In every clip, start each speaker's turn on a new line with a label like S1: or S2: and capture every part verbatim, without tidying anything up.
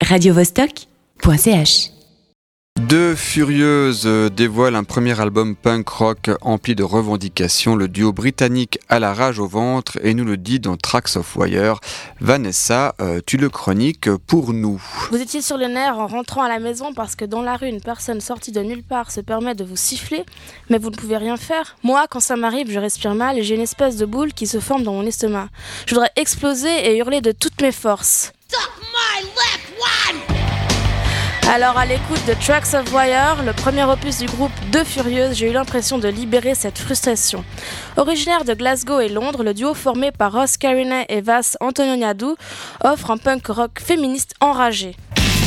S1: radio vostok point c h.
S2: Deux Furieuses dévoilent un premier album punk rock empli de revendications. Le duo britannique a la rage au ventre et nous le dit dans Tracks of Wire. Vanessa, euh, tu le chroniques pour nous.
S3: Vous étiez sur les nerfs en rentrant à la maison parce que dans la rue, une personne sortie de nulle part se permet de vous siffler, mais vous ne pouvez rien faire. Moi, quand ça m'arrive, je respire mal et j'ai une espèce de boule qui se forme dans mon estomac. Je voudrais exploser et hurler de toutes mes forces. Suck my left one! Alors à l'écoute de Tracks of Wire, le premier opus du groupe Deux Furieuses, j'ai eu l'impression de libérer cette frustration. Originaire de Glasgow et Londres, le duo formé par Ross Carrinet et Vas Antoniadou offre un punk rock féministe enragé.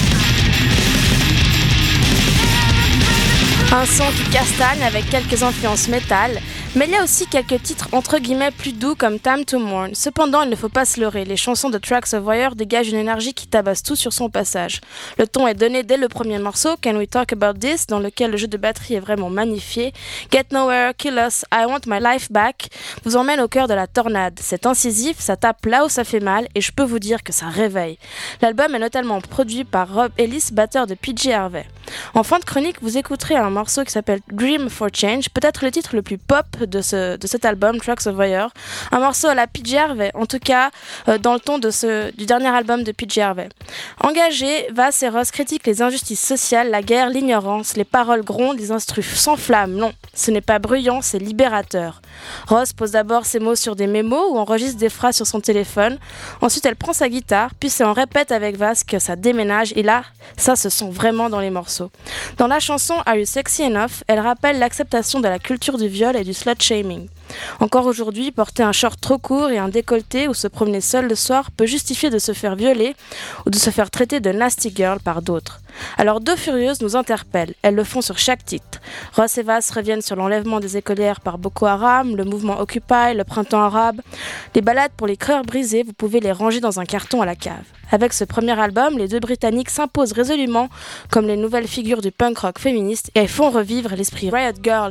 S3: Un son qui castagne avec quelques influences métal, mais il y a aussi quelques titres entre guillemets plus doux comme Time to Mourn. Cependant, il ne faut pas se leurrer, les chansons de Tracks of Wire dégagent une énergie qui tabasse tout sur son passage. Le ton est donné dès le premier morceau, Can We Talk About This, dans lequel le jeu de batterie est vraiment magnifié. Get Nowhere, Kill Us, I Want My Life Back vous emmène au cœur de la tornade. C'est incisif, ça tape là où ça fait mal et je peux vous dire que ça réveille. L'album est notamment produit par Rob Ellis, batteur de P J Harvey. En fin de chronique, vous écouterez un morceau qui s'appelle Dream for Change, peut-être le titre le plus pop de, ce, de cet album, Tracks of Wire. Un morceau à la P J Harvey, en tout cas euh, dans le ton de ce, du dernier album de P J Harvey. Engagés, Vas et Ross critiquent les injustices sociales, la guerre, l'ignorance, les paroles grondent, les instrus s'enflamment. Non, ce n'est pas bruyant, c'est libérateur. Ross pose d'abord ses mots sur des mémos ou enregistre des phrases sur son téléphone. Ensuite, elle prend sa guitare, puis c'est en répète avec Vas que ça déménage et là, ça se sent vraiment dans les morceaux. Dans la chanson Are You Sexy Enough, elle rappelle l'acceptation de la culture du viol et du slut-shaming. Encore aujourd'hui, porter un short trop court et un décolleté ou se promener seul le soir peut justifier de se faire violer ou de se faire traiter de nasty girl par d'autres. Alors Deux Furieuses nous interpellent, elles le font sur chaque titre. Ross et Vas reviennent sur l'enlèvement des écolières par Boko Haram, le mouvement Occupy, le printemps arabe. Les ballades pour les cœurs brisés, vous pouvez les ranger dans un carton à la cave. Avec ce premier album, les deux Britanniques s'imposent résolument comme les nouvelles figures du punk rock féministe et font revivre l'esprit Riot Girl.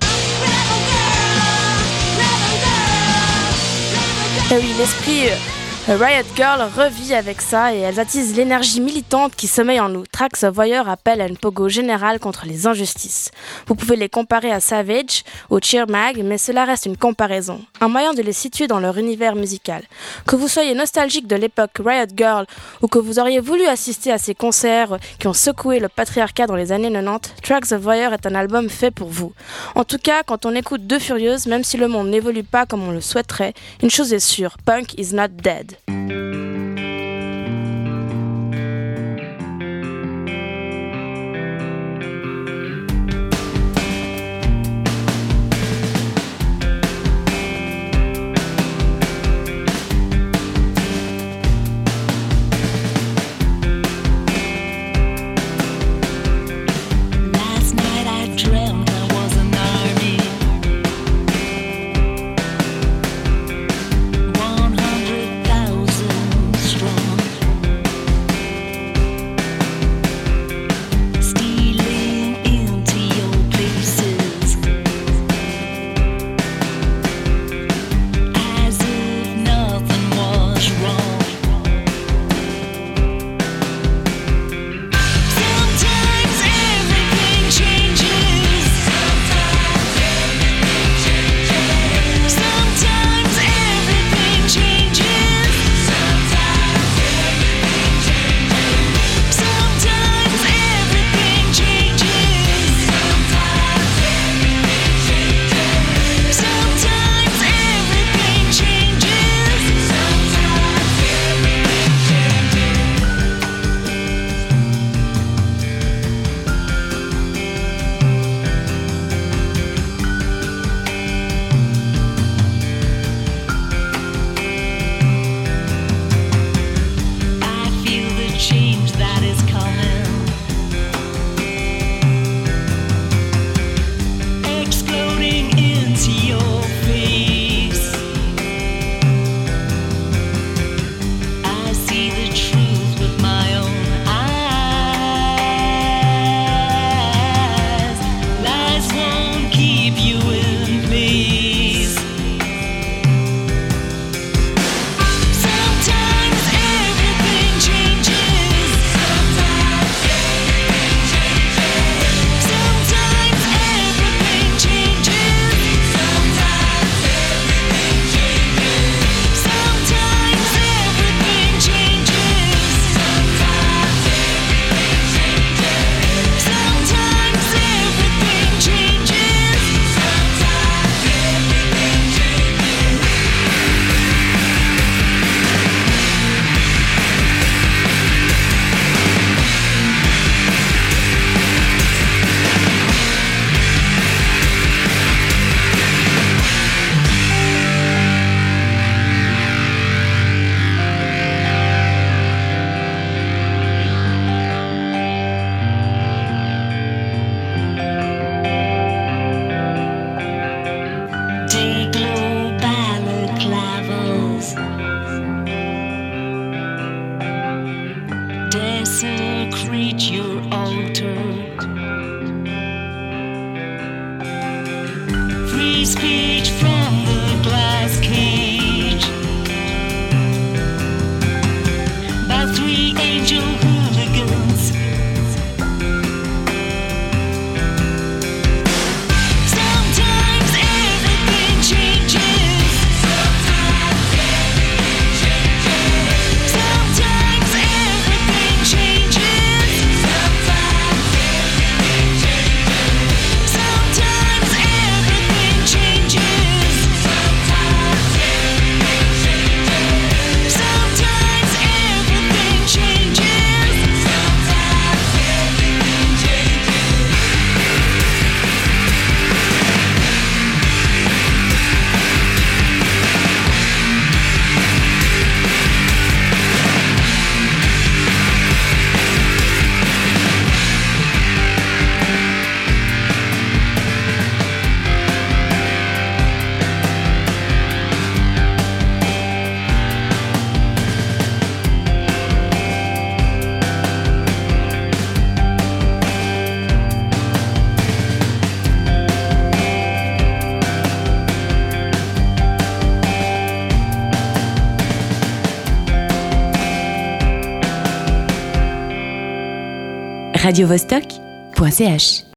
S3: Et oui, l'esprit euh, Riot Girl revit avec ça et elles attisent l'énergie militante qui sommeille en nous. Tracks of Wire appelle à une pogo générale contre les injustices. Vous pouvez les comparer à Savage ou Cheer Mag, mais cela reste une comparaison, un moyen de les situer dans leur univers musical. Que vous soyez nostalgique de l'époque Riot Girl ou que vous auriez voulu assister à ces concerts qui ont secoué le patriarcat dans les années quatre-vingt-dix, Tracks of Wire est un album fait pour vous. En tout cas, quand on écoute Deux Furieuses, même si le monde n'évolue pas comme on le souhaiterait, une chose est sûre, punk is not dead.
S4: One hundred thousand desecrate your altar. Free speech from the glass cage by three angel hooligans. Sometimes everything changes. Sometimes everything changes. Sometimes everything changes. Sometimes everything changes. Sometimes everything changes. Sometimes everything changes. Sometimes everything changes. Sometimes everything changes.
S1: radio vostok point c h